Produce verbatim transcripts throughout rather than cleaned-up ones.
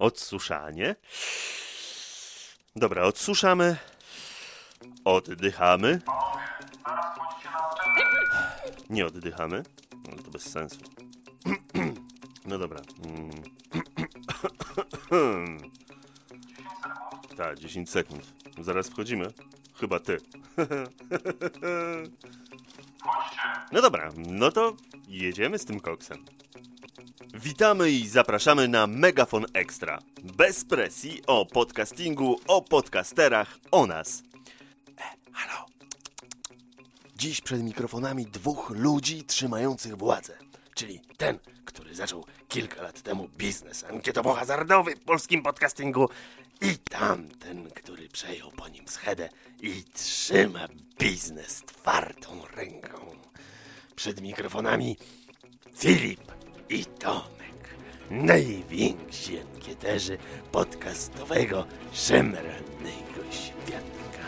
Odsuszanie. Dobra, odsuszamy. Oddychamy. Nie oddychamy. No to bez sensu. No dobra. Tak, dziesięć sekund. Zaraz wchodzimy. Chyba ty. No dobra, no to jedziemy z tym koksem. Witamy i zapraszamy na Megafon Extra. Bez presji o podcastingu, o podcasterach, o nas. E, halo. Dziś przed mikrofonami dwóch ludzi trzymających władzę. Czyli ten, który zaczął kilka lat temu biznes ankietowo-hazardowy w polskim podcastingu i tamten, który przejął po nim schedę i trzyma biznes twardą ręką. Przed mikrofonami Filip i Tomek, najwięksi ankieterzy podcastowego szemranego świadka.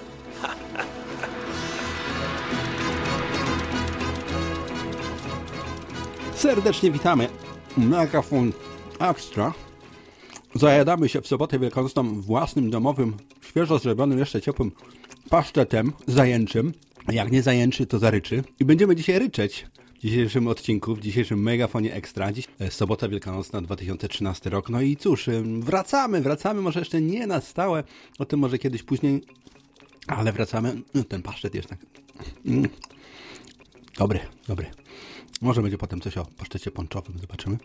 Serdecznie witamy. Megafon Extra. Zajadamy się w sobotę wielkanocną własnym domowym, świeżo zrobionym, jeszcze ciepłym pasztetem zajęczym. Jak nie zajęczy, to zaryczy. I będziemy dzisiaj ryczeć w dzisiejszym odcinku, w dzisiejszym Megafonie Extra. Dziś sobota wielkanocna, dwa tysiące trzynasty rok. No i cóż, wracamy, wracamy, może jeszcze nie na stałe, o tym może kiedyś później, ale wracamy. Ten pasztet jest tak... Mm. Dobry, dobry. Może będzie potem coś o pasztecie ponczowym, zobaczymy.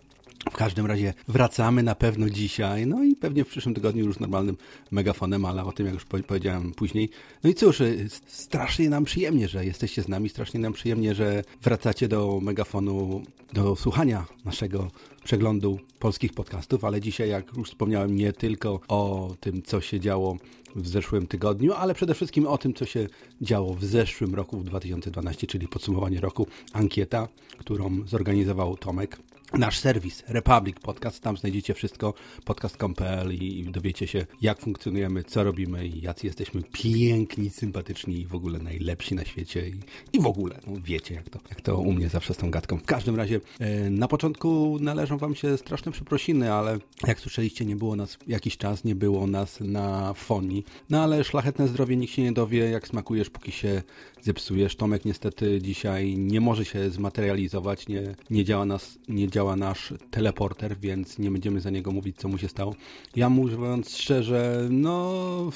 W każdym razie wracamy na pewno dzisiaj, no i pewnie w przyszłym tygodniu już normalnym megafonem, ale o tym jak już powiedziałem później. No i cóż, strasznie nam przyjemnie, że jesteście z nami, strasznie nam przyjemnie, że wracacie do megafonu, do słuchania naszego przeglądu polskich podcastów, ale dzisiaj, jak już wspomniałem, nie tylko o tym, co się działo w zeszłym tygodniu, ale przede wszystkim o tym, co się działo w zeszłym roku, w dwa tysiące dwunastym, czyli podsumowanie roku, ankieta, którą zorganizował Tomek. Nasz serwis Republic Podcast, tam znajdziecie wszystko, podcast kropka com kropka pe el i dowiecie się, jak funkcjonujemy, co robimy i jacy jesteśmy piękni, sympatyczni i w ogóle najlepsi na świecie i, i w ogóle, no wiecie jak to, jak to u mnie zawsze z tą gadką. W każdym razie e, na początku należą wam się straszne przeprosiny, ale jak słyszeliście, nie było nas jakiś czas, nie było nas na fonii, no ale szlachetne zdrowie nikt się nie dowie, jak smakujesz, póki się zepsujesz. Tomek niestety dzisiaj nie może się zmaterializować, nie, nie działa nas, nie działa nasz teleporter, więc nie będziemy za niego mówić, co mu się stało. Ja mówiąc szczerze, no...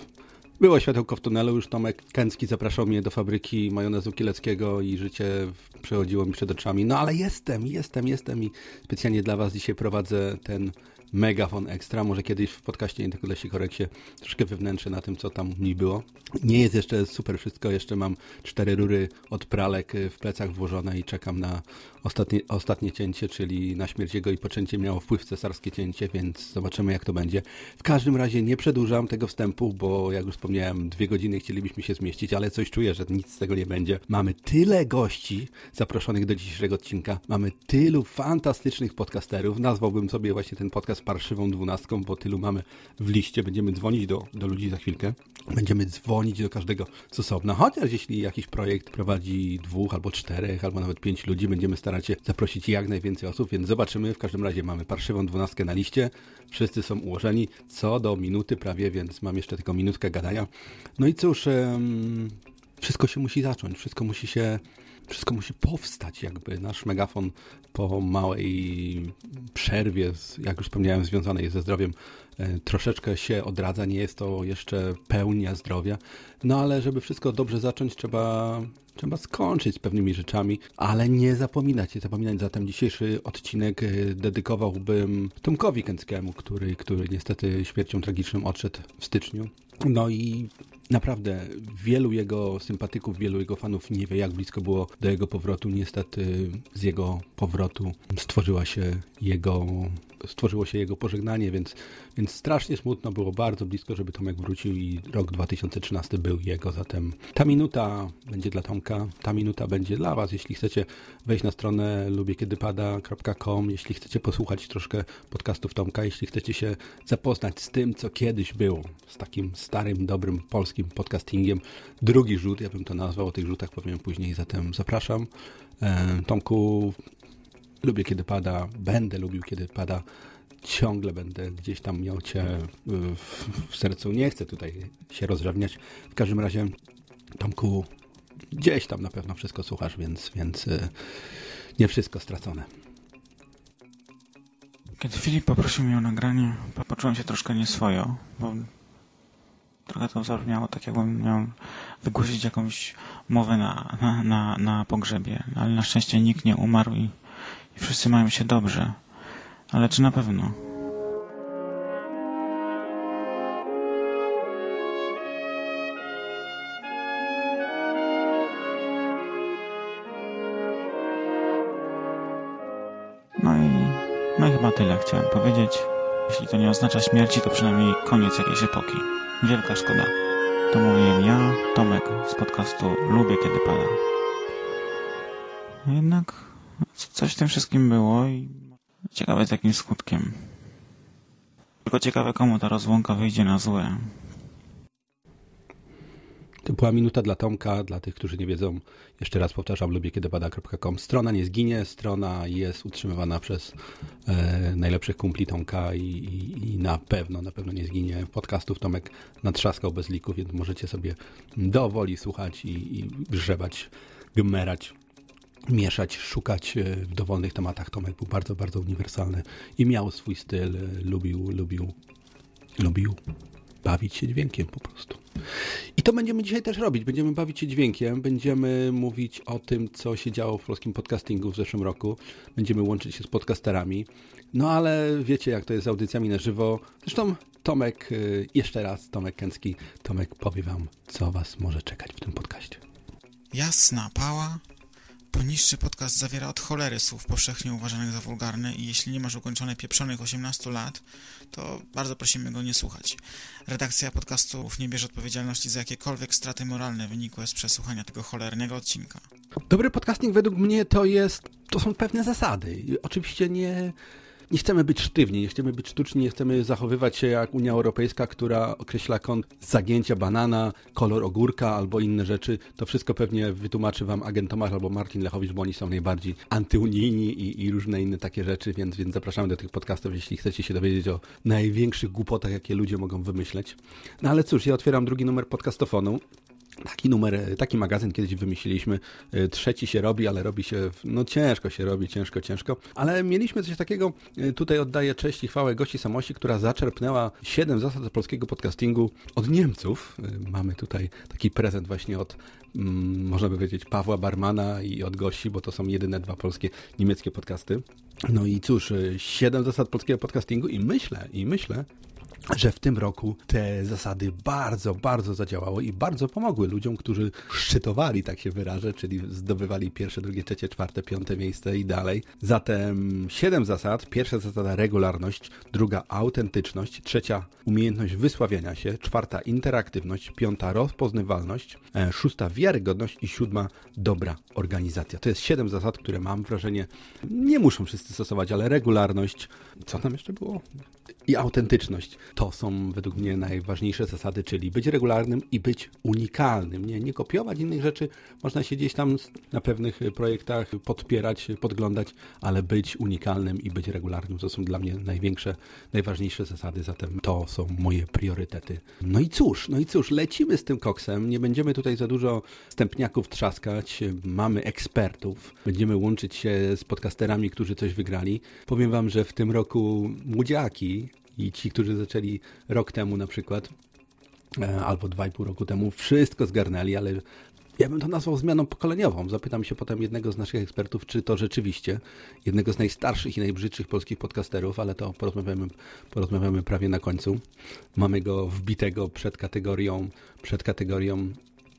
Było światełko w tunelu, już Tomek Kęcki zapraszał mnie do fabryki majonezu kieleckiego i życie przechodziło mi przed oczami. No ale jestem, jestem, jestem i specjalnie dla was dzisiaj prowadzę ten Megafon Extra. Może kiedyś w podcaście Nie tylko dla Sikoreksie troszkę wewnętrzne na tym, co tam mi było. Nie jest jeszcze super wszystko, jeszcze mam cztery rury od pralek w plecach włożone i czekam na ostatnie, ostatnie cięcie, czyli na śmierć jego i poczęcie miało wpływ cesarskie cięcie, więc zobaczymy jak to będzie. W każdym razie nie przedłużam tego wstępu, bo jak już wspomniałem, dwie godziny chcielibyśmy się zmieścić, ale coś czuję, że nic z tego nie będzie. Mamy tyle gości zaproszonych do dzisiejszego odcinka, mamy tylu fantastycznych podcasterów, nazwałbym sobie właśnie ten podcast parszywą dwunastką, bo tylu mamy w liście, będziemy dzwonić do, do ludzi za chwilkę, będziemy dzwonić do każdego z osobna, chociaż jeśli jakiś projekt prowadzi dwóch albo czterech, albo nawet pięć ludzi, będziemy starać się zaprosić jak najwięcej osób, więc zobaczymy, w każdym razie mamy parszywą dwunastkę na liście, wszyscy są ułożeni, co do minuty prawie, więc mam jeszcze tylko minutkę gadania. No i cóż, um, wszystko się musi zacząć, wszystko musi się Wszystko musi powstać, jakby nasz megafon po małej przerwie, jak już wspomniałem, związanej ze zdrowiem, troszeczkę się odradza, nie jest to jeszcze pełnia zdrowia, no ale żeby wszystko dobrze zacząć, trzeba, trzeba skończyć z pewnymi rzeczami, ale nie zapominać, nie zapominać, zatem dzisiejszy odcinek dedykowałbym Tomkowi Kęckiemu, który, który niestety śmiercią tragiczną odszedł w styczniu. No i naprawdę wielu jego sympatyków, wielu jego fanów nie wie, jak blisko było do jego powrotu. Niestety z jego powrotu stworzyła się jego, stworzyło się jego pożegnanie, więc, więc strasznie smutno, było bardzo blisko, żeby Tomek wrócił i rok dwa tysiące trzynasty był jego. Zatem ta minuta będzie dla Tomka, ta minuta będzie dla was. Jeśli chcecie wejść na stronę lubię kiedy pada kropka com, jeśli chcecie posłuchać troszkę podcastów Tomka, jeśli chcecie się zapoznać z tym, co kiedyś było, z takim starym, dobrym polskim podcastingiem. Drugi rzut, ja bym to nazwał, o tych rzutach powiem później, zatem zapraszam. E, Tomku, lubię kiedy pada, będę lubił kiedy pada. ciągle będę gdzieś tam miał Cię w, w sercu. Nie chcę tutaj się rozrzewniać. W każdym razie, Tomku, gdzieś tam na pewno wszystko słuchasz, więc, więc nie wszystko stracone. Kiedy Filip poprosił mnie o nagranie, poczułem się troszkę nieswojo, bo trochę to zabrzmiało tak, jakbym miał wygłosić jakąś mowę na, na, na, na pogrzebie, ale na szczęście nikt nie umarł i, i wszyscy mają się dobrze. Ale czy na pewno? No i, no i chyba tyle chciałem powiedzieć. Jeśli to nie oznacza śmierci, to przynajmniej koniec jakiejś epoki. Wielka szkoda. To mówiłem ja, Tomek, z podcastu Lubię Kiedy Pada. Jednak coś w tym wszystkim było i ciekawe z jakim skutkiem. Tylko ciekawe, komu ta rozłąka wyjdzie na złe. To była minuta dla Tomka, dla tych, którzy nie wiedzą. Jeszcze raz powtarzam, lubię kiedy pada kropka com. Strona nie zginie, strona jest utrzymywana przez e, najlepszych kumpli Tomka i, i, i na pewno, na pewno nie zginie. Podcastów Tomek natrzaskał bez liku, więc możecie sobie dowoli słuchać i, i grzebać, gmerać, mieszać, szukać w dowolnych tematach. Tomek był bardzo, bardzo uniwersalny i miał swój styl, lubił, lubił, lubił bawić się dźwiękiem po prostu. I to będziemy dzisiaj też robić. Będziemy bawić się dźwiękiem, będziemy mówić o tym, co się działo w polskim podcastingu w zeszłym roku. Będziemy łączyć się z podcasterami. No ale wiecie, jak to jest z audycjami na żywo. Zresztą Tomek, jeszcze raz Tomek Kęcki, Tomek powie wam, co was może czekać w tym podcaście. Jasna pała. Poniższy podcast zawiera od cholery słów powszechnie uważanych za wulgarne i jeśli nie masz ukończonych pieprzonych osiemnastu lat, to bardzo prosimy go nie słuchać. Redakcja podcastów nie bierze odpowiedzialności za jakiekolwiek straty moralne wynikłe z przesłuchania tego cholernego odcinka. Dobry podcasting według mnie to jest, to są pewne zasady. Oczywiście nie... Nie chcemy być sztywni, nie chcemy być sztuczni, nie chcemy zachowywać się jak Unia Europejska, która określa kąt zagięcia banana, kolor ogórka albo inne rzeczy. To wszystko pewnie wytłumaczy wam agent Tomasz albo Martin Lechowicz, bo oni są najbardziej antyunijni i, i różne inne takie rzeczy, więc, więc zapraszamy do tych podcastów, jeśli chcecie się dowiedzieć o największych głupotach, jakie ludzie mogą wymyśleć. No ale cóż, ja otwieram drugi numer podcastofonu. Taki numer, taki magazyn kiedyś wymyśliliśmy, trzeci się robi, ale robi się, no ciężko się robi, ciężko, ciężko, ale mieliśmy coś takiego, tutaj oddaję cześć i chwałę Gosi Samosi, która zaczerpnęła siedem zasad polskiego podcastingu od Niemców. Mamy tutaj taki prezent właśnie od, mm, można by powiedzieć, Pawła Barmana i od Gosi, bo to są jedyne dwa polskie, niemieckie podcasty. No i cóż, siedem zasad polskiego podcastingu i myślę, i myślę, że w tym roku te zasady bardzo, bardzo zadziałały i bardzo pomogły ludziom, którzy szczytowali, tak się wyrażę, czyli zdobywali pierwsze, drugie, trzecie, czwarte, piąte miejsce i dalej. Zatem siedem zasad. Pierwsza zasada regularność, druga autentyczność, trzecia umiejętność wysławiania się, czwarta interaktywność, piąta rozpoznawalność, e, szósta wiarygodność i siódma dobra organizacja. To jest siedem zasad, które mam wrażenie nie muszą wszyscy stosować, ale regularność, co tam jeszcze było? I autentyczność. To są według mnie najważniejsze zasady, czyli być regularnym i być unikalnym. Nie, nie kopiować innych rzeczy, można się gdzieś tam na pewnych projektach podpierać, podglądać, ale być unikalnym i być regularnym. To są dla mnie największe, najważniejsze zasady, zatem to są moje priorytety. No i cóż, no i cóż, lecimy z tym koksem, nie będziemy tutaj za dużo wstępniaków trzaskać, mamy ekspertów, będziemy łączyć się z podcasterami, którzy coś wygrali. Powiem wam, że w tym roku młodziaki i ci, którzy zaczęli rok temu na przykład, albo dwa i pół roku temu, wszystko zgarnęli, ale ja bym to nazwał zmianą pokoleniową. Zapytam się potem jednego z naszych ekspertów, czy to rzeczywiście jednego z najstarszych i najbrzydszych polskich podcasterów, ale to porozmawiamy, porozmawiamy prawie na końcu. Mamy go wbitego przed kategorią, przed kategorią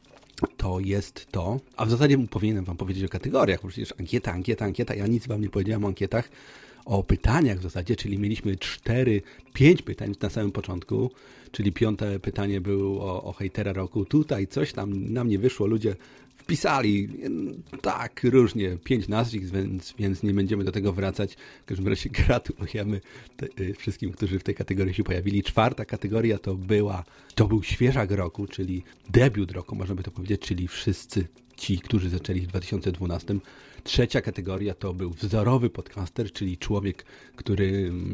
to jest to, a w zasadzie powinienem wam powiedzieć o kategoriach, bo przecież ankieta, ankieta, ankieta, ja nic wam nie powiedziałem o ankietach, o pytaniach w zasadzie, czyli mieliśmy cztery, pięć pytań na samym początku, czyli piąte pytanie było o, o hejtera roku. Tutaj coś tam nam nie wyszło, ludzie wpisali tak różnie, pięć nazwisk, więc, więc nie będziemy do tego wracać. W każdym razie gratulujemy te, wszystkim, którzy w tej kategorii się pojawili. Czwarta kategoria to była, to był świeżak roku, czyli debiut roku, można by to powiedzieć, czyli wszyscy ci, którzy zaczęli w dwa tysiące dwunastym. Trzecia kategoria to był wzorowy podcaster, czyli człowiek, który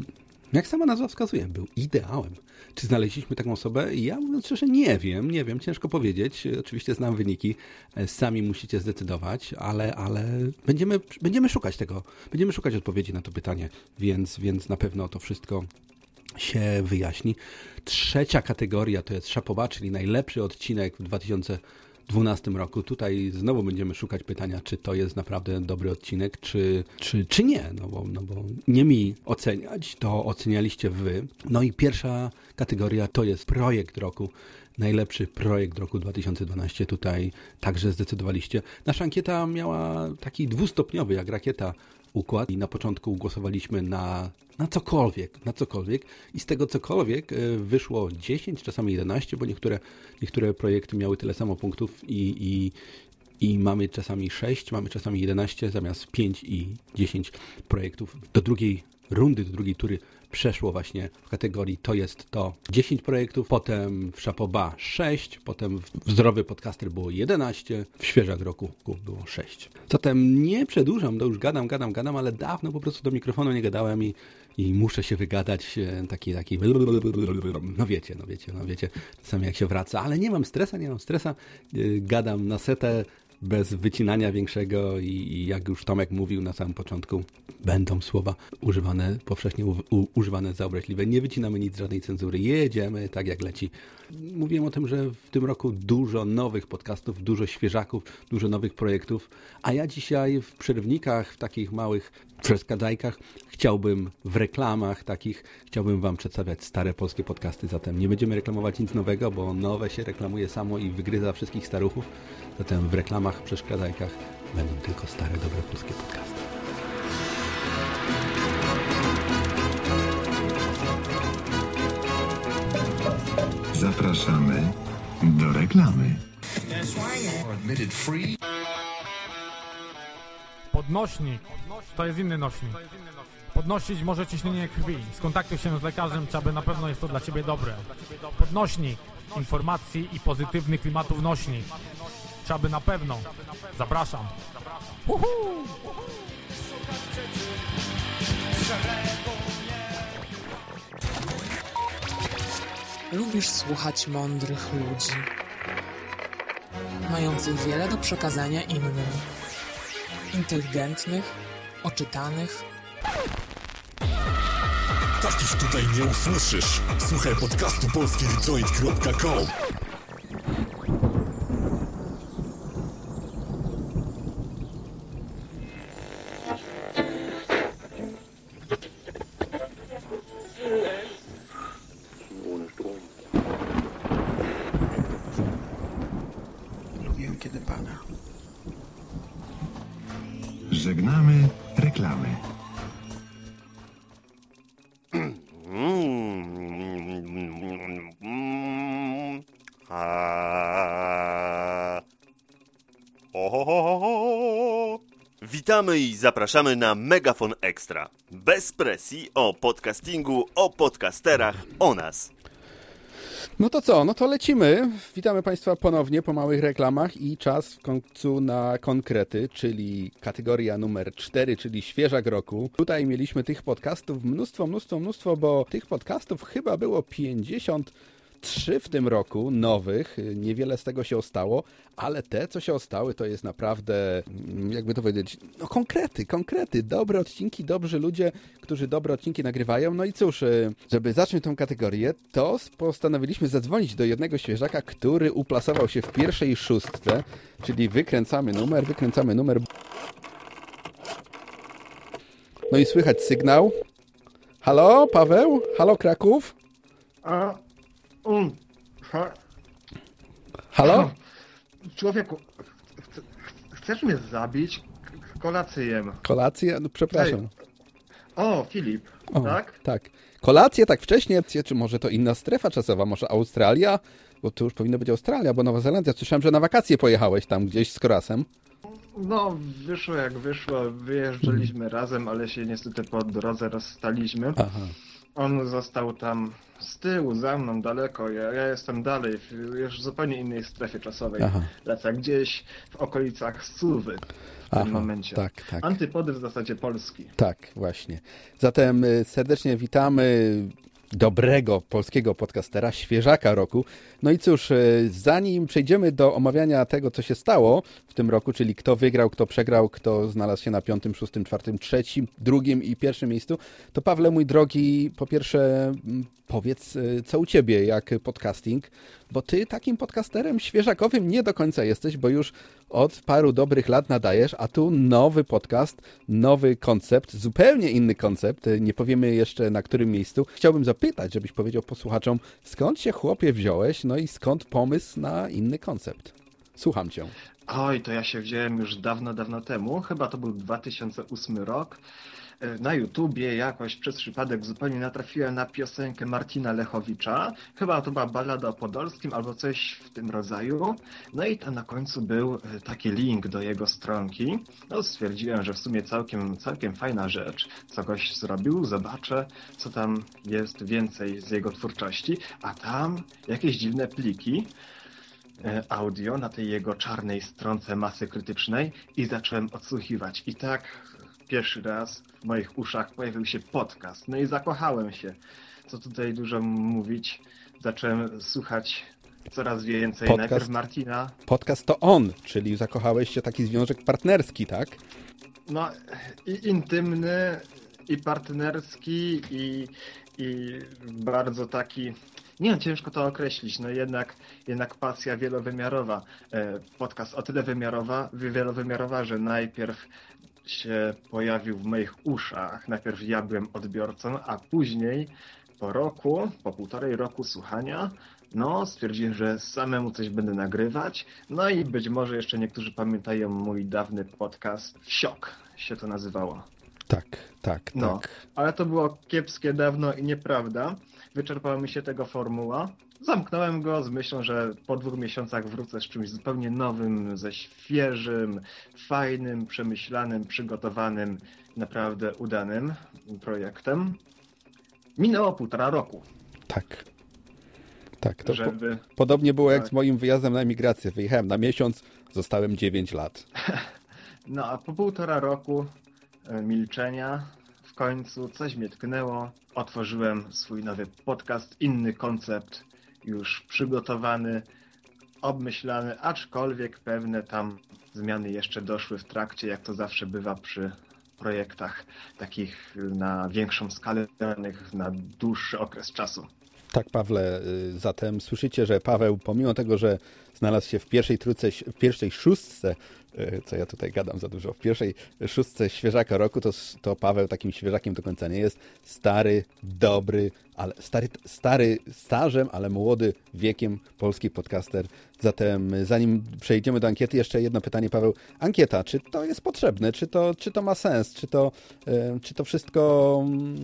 Jak sama nazwa wskazuje, był ideałem. Czy znaleźliśmy taką osobę? Ja mówiąc szczerze nie wiem, nie wiem, ciężko powiedzieć. Oczywiście znam wyniki, sami musicie zdecydować, ale, ale będziemy, będziemy szukać tego, będziemy szukać odpowiedzi na to pytanie, więc, więc na pewno to wszystko się wyjaśni. Trzecia kategoria to jest Szapoba, czyli najlepszy odcinek w dwa tysiące dwunastym roku. Tutaj znowu będziemy szukać pytania, czy to jest naprawdę dobry odcinek, czy, czy, czy nie, no bo, no bo nie mi oceniać, to ocenialiście wy. No i pierwsza kategoria to jest projekt roku. Najlepszy projekt roku dwa tysiące dwunastego. Tutaj także zdecydowaliście. Nasza ankieta miała taki dwustopniowy, jak rakieta, układ i na początku głosowaliśmy na, na cokolwiek, na cokolwiek i z tego cokolwiek wyszło dziesięć, czasami jedenaście, bo niektóre, niektóre projekty miały tyle samo punktów i, i, i mamy czasami sześć, mamy czasami jedenaście zamiast pięć i dziesięć projektów. Do drugiej rundy, do drugiej tury przeszło właśnie w kategorii to jest to dziesięć projektów, potem w Szapoba sześć, potem w Zdrowy Podcaster było jedenaście, w Świeżak Roku było sześć. Zatem nie przedłużam, to już gadam, gadam, gadam, ale dawno po prostu do mikrofonu nie gadałem i, i muszę się wygadać taki, taki no wiecie, no wiecie, no wiecie, czasami jak się wraca, ale nie mam stresa, nie mam stresa, gadam na setę, bez wycinania większego i, i jak już Tomek mówił na samym początku, będą słowa używane, powszechnie u, u, używane za obraźliwe. Nie wycinamy nic, żadnej cenzury. Jedziemy tak jak leci. Mówiłem o tym, że w tym roku dużo nowych podcastów, dużo świeżaków, dużo nowych projektów, a ja dzisiaj w przerwnikach, w takich małych przeszkadzajkach chciałbym w reklamach takich, chciałbym wam przedstawiać stare polskie podcasty, zatem nie będziemy reklamować nic nowego, bo nowe się reklamuje samo i wygryza wszystkich staruchów, zatem w reklamach, przeszkadzajkach będą tylko stare, dobre polskie podcasty. Zapraszamy do reklamy. Podnośnik to jest inny nośnik. Podnosić może ciśnienie krwi. Skontaktuj się z lekarzem, czy aby na pewno jest to dla Ciebie dobre. Podnośnik informacji i pozytywnych klimatów nośnik. Czy aby na pewno. Zapraszam. Uhu! Lubisz słuchać mądrych ludzi, mających wiele do przekazania innym, inteligentnych, oczytanych. Takich tutaj nie usłyszysz. Słuchaj podcastu polski detroit kropka com. Lubię, kiedy pada. Żegnamy reklamy. Witamy i zapraszamy na Megafon Extra. Bez presji o podcastingu, o podcasterach, o nas. No to co, no to lecimy. Witamy Państwa ponownie po małych reklamach i czas w końcu na konkrety, czyli kategoria numer cztery, czyli Świeżak Roku. Tutaj mieliśmy tych podcastów mnóstwo, mnóstwo, mnóstwo, bo tych podcastów chyba było pięćdziesiąt trzy w tym roku nowych, niewiele z tego się ostało, ale te, co się ostały, to jest naprawdę, jakby to powiedzieć, no konkrety, konkrety, dobre odcinki, dobrzy ludzie, którzy dobre odcinki nagrywają. No i cóż, żeby zacząć tę kategorię, to postanowiliśmy zadzwonić do jednego świeżaka, który uplasował się w pierwszej szóstce, czyli wykręcamy numer, wykręcamy numer. No i słychać sygnał. Halo, Paweł? Halo, Kraków? A, um, ha, Halo? człowieku, ch- chcesz mnie zabić? K- Kolację jem. Kolację? No przepraszam. O, Filip, O, tak? Tak. Kolację tak wcześnie, czy może to inna strefa czasowa, może Australia? Bo to już powinno być Australia, bo Nowa Zelandia. Słyszałem, że na wakacje pojechałeś tam gdzieś z Korasem. No, wyszło jak wyszło, wyjeżdżaliśmy razem, ale się niestety po drodze rozstaliśmy. Aha. On został tam z tyłu, za mną, daleko, ja, ja jestem dalej, w już zupełnie innej strefie czasowej. Aha. Lecę gdzieś w okolicach Suwy. w tym Aha, momencie. tak, tak. Antypody w zasadzie Polski. Tak, właśnie. Zatem y, serdecznie witamy dobrego polskiego podcastera, świeżaka roku. No i cóż, y, zanim przejdziemy do omawiania tego, co się stało w tym roku, czyli kto wygrał, kto przegrał, kto znalazł się na piątym, szóstym, czwartym, trzecim, drugim i pierwszym miejscu, to Pawle, mój drogi, po pierwsze powiedz, y, co u ciebie, jak podcasting, bo ty takim podcasterem świeżakowym nie do końca jesteś, bo już od paru dobrych lat nadajesz, a tu nowy podcast, nowy koncept, zupełnie inny koncept, nie powiemy jeszcze na którym miejscu. Chciałbym zapytać, żebyś powiedział posłuchaczom, skąd się, chłopie, wziąłeś, no i skąd pomysł na inny koncept? Słucham cię. Oj, to ja się wziąłem już dawno, dawno temu, chyba to był dwa tysiące ósmy rok. Na YouTubie jakoś przez przypadek zupełnie natrafiłem na piosenkę Martina Lechowicza. Chyba to była ballada o Podolskim albo coś w tym rodzaju. No i tam na końcu był taki link do jego stronki. No stwierdziłem, że w sumie całkiem, całkiem fajna rzecz. Co gość zrobił, zobaczę, co tam jest więcej z jego twórczości. A tam jakieś dziwne pliki audio na tej jego czarnej stronce masy krytycznej i zacząłem odsłuchiwać. I tak pierwszy raz w moich uszach pojawił się podcast. No i zakochałem się. Co tutaj dużo mówić. Zacząłem słuchać coraz więcej. Podcast, Najpierw Martina. Podcast to on, czyli zakochałeś się, taki związek partnerski, tak? No i intymny, i partnerski, i, i bardzo taki... Nie wiem, ciężko to określić, no jednak, jednak pasja wielowymiarowa. Podcast o tyle wymiarowa, wielowymiarowa, że najpierw się pojawił w moich uszach. Najpierw ja byłem odbiorcą, a później po roku, po półtorej roku słuchania, no stwierdziłem, że samemu coś będę nagrywać. No i być może jeszcze niektórzy pamiętają mój dawny podcast Wsiok się to nazywało. Tak, tak, no, tak. Ale to było kiepskie dawno i nieprawda. Wyczerpała mi się tego formuła. Zamknąłem go z myślą, że po dwóch miesiącach wrócę z czymś zupełnie nowym, ze świeżym, fajnym, przemyślanym, przygotowanym, naprawdę udanym projektem. Minęło półtora roku. Tak. Tak, to żeby... po, podobnie było tak. jak z moim wyjazdem na emigrację. Wyjechałem na miesiąc, zostałem dziewięć lat. No a po półtora roku milczenia w końcu coś mnie tknęło. Otworzyłem swój nowy podcast, inny koncept, już przygotowany, obmyślany, aczkolwiek pewne tam zmiany jeszcze doszły w trakcie, jak to zawsze bywa przy projektach takich na większą skalę, na dłuższy okres czasu. Tak, Pawle, zatem słyszycie, że Paweł, pomimo tego, że znalazł się w pierwszej trójce, w pierwszej szóstce, co ja tutaj gadam za dużo, w pierwszej szóstce świeżaka roku, to, to Paweł takim świeżakiem do końca nie jest. Stary, dobry, ale stary, stary stażem, ale młody wiekiem polski podcaster. Zatem zanim przejdziemy do ankiety, jeszcze jedno pytanie, Paweł. Ankieta, czy to jest potrzebne? Czy to, czy to ma sens? Czy to, czy to wszystko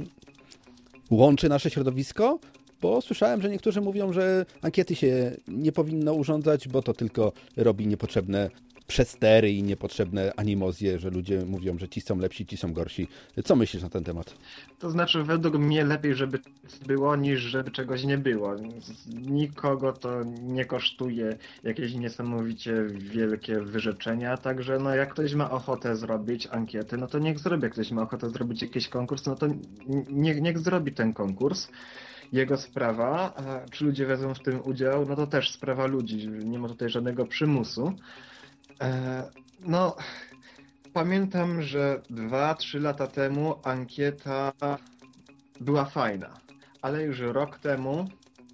łączy nasze środowisko? Bo słyszałem, że niektórzy mówią, że ankiety się nie powinno urządzać, bo to tylko robi niepotrzebne przestery i niepotrzebne animozje, że ludzie mówią, że ci są lepsi, ci są gorsi. Co myślisz na ten temat? To znaczy, według mnie lepiej, żeby było, niż żeby czegoś nie było. Nikogo to nie kosztuje jakieś niesamowicie wielkie wyrzeczenia, także no jak ktoś ma ochotę zrobić ankiety, no to niech zrobi. Jak ktoś ma ochotę zrobić jakiś konkurs, no to niech, niech zrobi ten konkurs. Jego sprawa, a czy ludzie wezmą w tym udział, no to też sprawa ludzi, nie ma tutaj żadnego przymusu. No, pamiętam, że dwa trzy lata temu ankieta była fajna, ale już rok temu,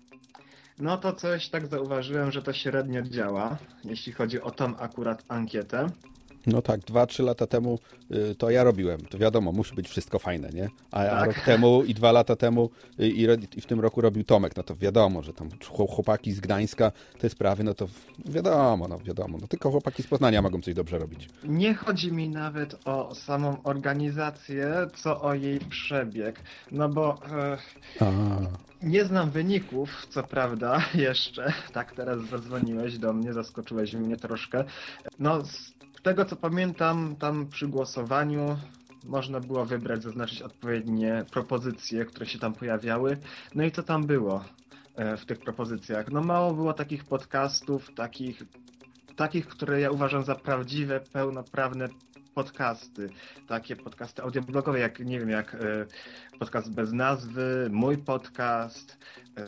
no to coś tak zauważyłem, że to średnio działa, jeśli chodzi o tą akurat ankietę. No tak, dwa, trzy lata temu y, to ja robiłem. To wiadomo, musi być wszystko fajne, nie? A, tak. a rok temu i dwa lata temu y, i, i w tym roku robił Tomek. No to wiadomo, że tam chłopaki z Gdańska, te sprawy, no to wiadomo, no wiadomo. No tylko chłopaki z Poznania mogą coś dobrze robić. Nie chodzi mi nawet o samą organizację, co o jej przebieg. No bo e, nie znam wyników, co prawda, jeszcze. Tak, teraz zadzwoniłeś do mnie, zaskoczyłeś mnie troszkę. No, z tego co pamiętam, tam przy głosowaniu można było wybrać, zaznaczyć odpowiednie propozycje, które się tam pojawiały. No i co tam było w tych propozycjach? No mało było takich podcastów, takich, takich, które ja uważam za prawdziwe, pełnoprawne podcasty, takie podcasty audioblogowe, jak nie wiem, jak podcast bez nazwy, mój podcast,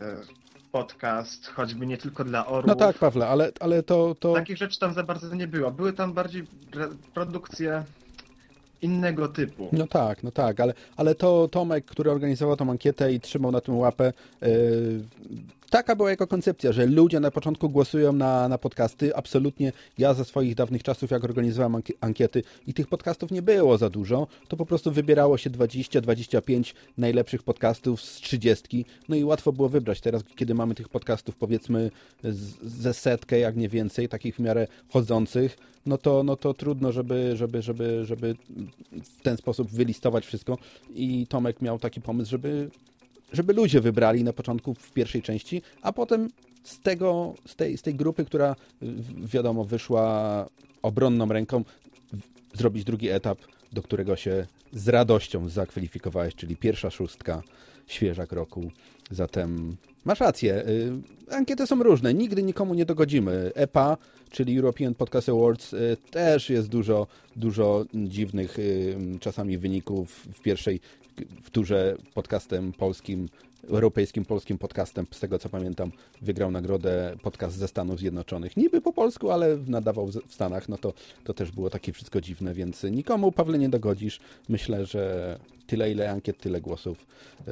podcast choćby nie tylko dla orłów. No tak, Pawle, ale, ale to, to... Takich rzeczy tam za bardzo nie było. Były tam bardziej produkcje innego typu. No tak, no tak, ale, ale to Tomek, który organizował tą ankietę i trzymał na tym łapę, yy, taka była jego koncepcja, że ludzie na początku głosują na, na podcasty. Absolutnie ja ze swoich dawnych czasów, jak organizowałem ankiety i tych podcastów nie było za dużo, to po prostu wybierało się dwadzieścia dwadzieścia pięć najlepszych podcastów z trzydziestki. No i łatwo było wybrać. Teraz, kiedy mamy tych podcastów powiedzmy z, ze setkę, jak nie więcej, takich w miarę chodzących, no to, no to trudno, żeby, żeby, żeby, żeby w ten sposób wylistować wszystko. I Tomek miał taki pomysł, żeby żeby ludzie wybrali na początku w pierwszej części, a potem z tego, z tej, z tej grupy, która wiadomo wyszła obronną ręką, w, zrobić drugi etap, do którego się z radością zakwalifikowałeś, czyli pierwsza szóstka, świeżak roku. Zatem masz rację, y, ankiety są różne, nigdy nikomu nie dogodzimy. E P A, czyli European Podcast Awards, y, też jest dużo, dużo dziwnych y, czasami wyników. W pierwszej w turze podcastem polskim, europejskim polskim podcastem, z tego co pamiętam, wygrał nagrodę podcast ze Stanów Zjednoczonych. Niby po polsku, ale nadawał w Stanach, no to, to też było takie wszystko dziwne, więc nikomu, Pawle, nie dogodzisz. Myślę, że tyle, ile ankiet, tyle głosów.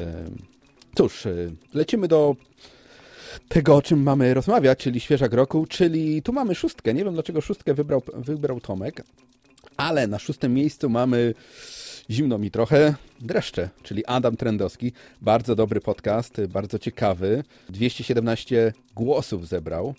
Cóż, lecimy do tego, o czym mamy rozmawiać, czyli świeżak roku, czyli tu mamy szóstkę. Nie wiem, dlaczego szóstkę wybrał, wybrał Tomek, ale na szóstym miejscu mamy... Zimno mi trochę, Dreszcze, czyli Adam Trendowski. Bardzo dobry podcast, bardzo ciekawy. dwieście siedemnaście głosów zebrał.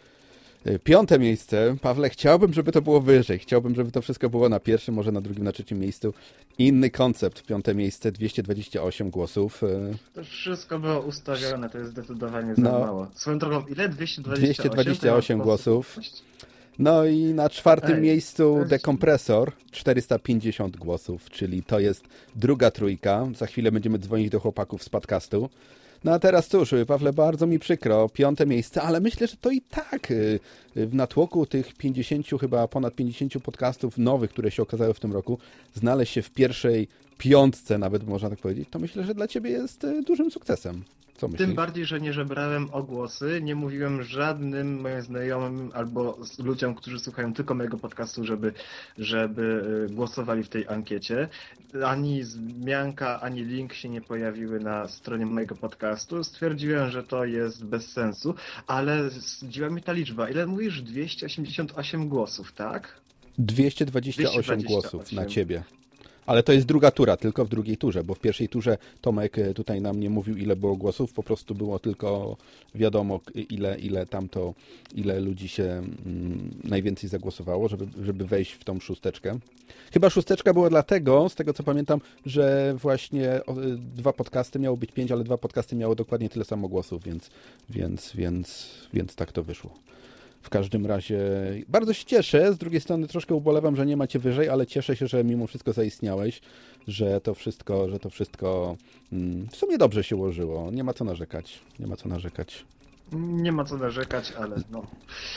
Piąte miejsce. Pawle, chciałbym, żeby to było wyżej. Chciałbym, żeby to wszystko było na pierwszym, może na drugim, na trzecim miejscu. Inny koncept. Piąte miejsce, dwieście dwadzieścia osiem głosów. To wszystko było ustawione, to jest zdecydowanie za no, mało. Swoją drogą, ile? dwieście dwadzieścia osiem, dwieście dwadzieścia osiem głosów. No i na czwartym Ej, miejscu jest... Dekompresor, czterysta pięćdziesiąt głosów, czyli to jest druga trójka. Za chwilę będziemy dzwonić do chłopaków z podcastu. No a teraz cóż, Pawle, bardzo mi przykro, piąte miejsce, ale myślę, że to i tak w natłoku tych pięćdziesięciu, chyba ponad pięćdziesięciu podcastów nowych, które się okazały w tym roku, znaleźć się w pierwszej piątce, nawet można tak powiedzieć, to myślę, że dla Ciebie jest dużym sukcesem. Co myślisz? Tym bardziej, że nie żebrałem o głosy, nie mówiłem żadnym moim znajomym albo ludziom, którzy słuchają tylko mojego podcastu, żeby, żeby głosowali w tej ankiecie. Ani wzmianka, ani link się nie pojawiły na stronie mojego podcastu. Stwierdziłem, że to jest bez sensu, ale zdziwiła mnie ta liczba. Ile mówisz? dwieście osiemdziesiąt osiem głosów, tak? dwieście dwadzieścia osiem głosów na Ciebie. Ale to jest druga tura, tylko w drugiej turze, bo w pierwszej turze Tomek tutaj nam nie mówił, ile było głosów, po prostu było tylko wiadomo, ile, ile tamto, ile ludzi się mm, najwięcej zagłosowało, żeby, żeby wejść w tą szósteczkę. Chyba szósteczka była dlatego, z tego co pamiętam, że właśnie dwa podcasty miało być pięć, ale dwa podcasty miało dokładnie tyle samo głosów, więc, więc, więc, więc tak to wyszło. W każdym razie bardzo się cieszę, z drugiej strony troszkę ubolewam, że nie macie wyżej, ale cieszę się, że mimo wszystko zaistniałeś, że to wszystko, że to wszystko mm, w sumie dobrze się ułożyło. Nie ma co narzekać, nie ma co narzekać. Nie ma co narzekać, ale no...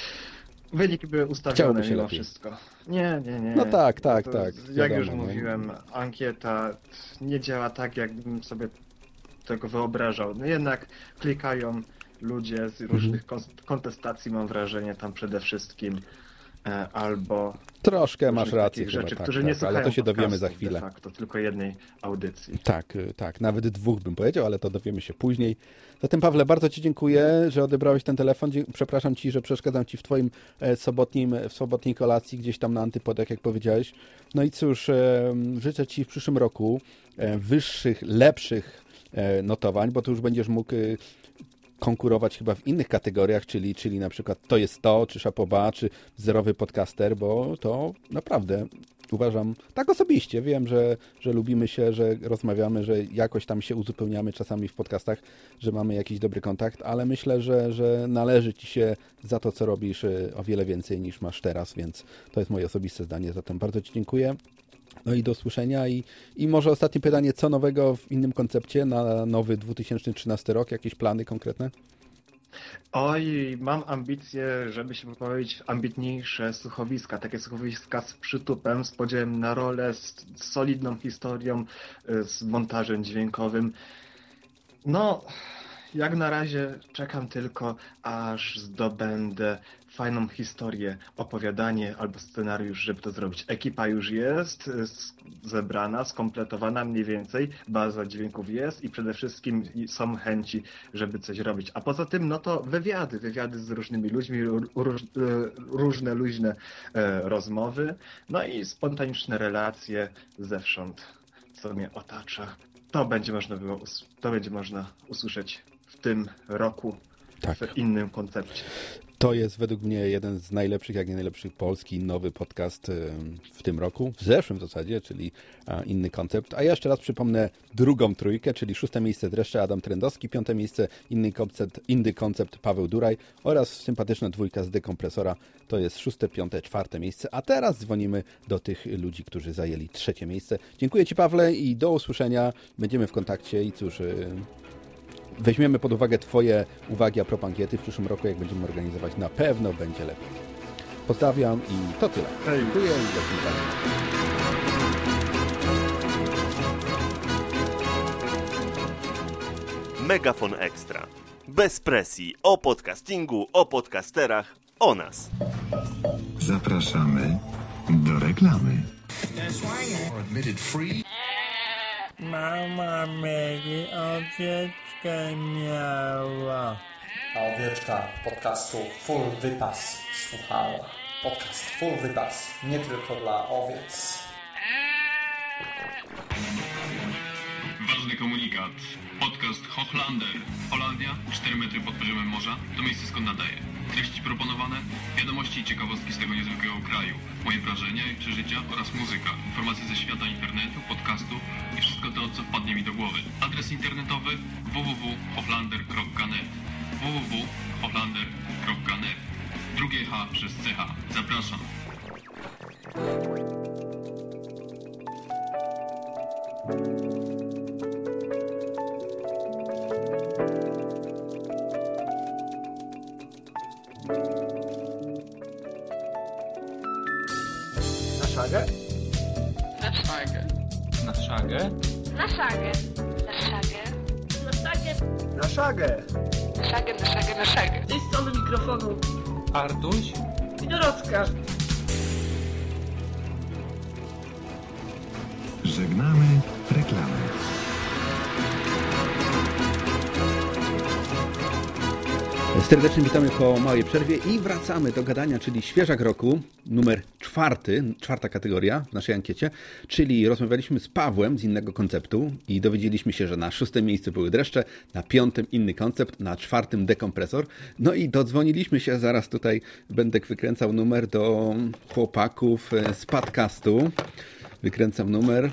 Wyniki były ustawione mimo lepiej. Wszystko. Nie, nie, nie. No tak, tak, to, tak. Jak wiadomo, już mówiłem, ankieta nie działa tak, jakbym sobie tego wyobrażał. No jednak klikają ludzie z różnych kontestacji, mam wrażenie, tam przede wszystkim, e, albo... Troszkę masz rację chyba, rzeczy, tak, którzy tak, nie słuchają ale to się dowiemy za chwilę. De facto, tylko jednej audycji. Tak, tak, nawet dwóch bym powiedział, ale to dowiemy się później. Zatem Pawle, bardzo Ci dziękuję, że odebrałeś ten telefon. Przepraszam Ci, że przeszkadzam Ci w Twoim sobotnim, w sobotniej kolacji, gdzieś tam na antypodach, jak powiedziałeś. No i cóż, życzę Ci w przyszłym roku wyższych, lepszych notowań, bo tu już będziesz mógł konkurować chyba w innych kategoriach, czyli, czyli na przykład to jest to, czy Szapoba, czy zerowy podcaster, bo to naprawdę uważam, tak osobiście, wiem, że, że lubimy się, że rozmawiamy, że jakoś tam się uzupełniamy czasami w podcastach, że mamy jakiś dobry kontakt, ale myślę, że, że należy Ci się za to, co robisz, o wiele więcej niż masz teraz, więc to jest moje osobiste zdanie, zatem bardzo Ci dziękuję. No i do usłyszenia i, i może ostatnie pytanie, co nowego w innym koncepcie na nowy dwa tysiące trzynasty rok? Jakieś plany konkretne? Oj, mam ambicje, żeby się wypowiedzieć w ambitniejsze słuchowiska, takie słuchowiska z przytupem, z podziałem na rolę, z solidną historią, z montażem dźwiękowym. No, jak na razie czekam tylko, aż zdobędę fajną historię, opowiadanie albo scenariusz, żeby to zrobić. Ekipa już jest zebrana, skompletowana mniej więcej, baza dźwięków jest i przede wszystkim są chęci, żeby coś robić. A poza tym, no to wywiady, wywiady z różnymi ludźmi, róż, różne luźne rozmowy, no i spontaniczne relacje zewsząd, co mnie otacza. To będzie można było, to będzie można usłyszeć w tym roku, tak, w innym koncepcie. To jest według mnie jeden z najlepszych, jak nie najlepszych polski nowy podcast w tym roku, w zeszłym w zasadzie, czyli inny koncept. A ja jeszcze raz przypomnę drugą trójkę, czyli szóste miejsce Dreszcze Adam Trendowski, piąte miejsce inny koncept, inny koncept Paweł Duraj oraz sympatyczna dwójka z Dekompresora. To jest szóste, piąte, czwarte miejsce. A teraz dzwonimy do tych ludzi, którzy zajęli trzecie miejsce. Dziękuję Ci, Pawle, i do usłyszenia. Będziemy w kontakcie i cóż... Weźmiemy pod uwagę Twoje uwagi a propos ankiety. W przyszłym roku, jak będziemy organizować, na pewno będzie lepiej. Pozdrawiam i to tyle. Hej. Dziękuję i do zobaczenia. Megafon Ekstra. Bez presji. O podcastingu, o podcasterach, o nas. Zapraszamy do reklamy. Mama Mary owieczkę miała. A owieczka podcastu Full Wypas słuchała. Podcast Full Wypas, nie tylko dla owiec. Ważny komunikat. Podcast Hochlander. Holandia, cztery metry pod poziomem morza, to miejsce skąd nadaje. Treści proponowane, wiadomości i ciekawostki z tego niezwykłego kraju. Moje wrażenia i przeżycia oraz muzyka. Informacje ze świata internetu, podcastu i wszystko to, co wpadnie mi do głowy. Adres internetowy w w w kropka hochlander kropka net w w w kropka hochlander kropka net. Drugie H przez C H. Zapraszam. Na szagę? Na szagę. Na szagę? Na szagę. Na szagę. Na szagę. Na szagę. Na szagę, na szagę, na szagę. Z tej strony mikrofonu Artuś i Dorotka. Żegnamy reklamy. Serdecznie witamy po małej przerwie i wracamy do gadania, czyli świeżak roku, numer czwarty, czwarta kategoria w naszej ankiecie, czyli rozmawialiśmy z Pawłem z innego konceptu i dowiedzieliśmy się, że na szóstym miejscu były Dreszcze, na piątym inny koncept, na czwartym Dekompresor. No i dodzwoniliśmy się, zaraz tutaj będę wykręcał numer do chłopaków z podcastu. Wykręcam numer.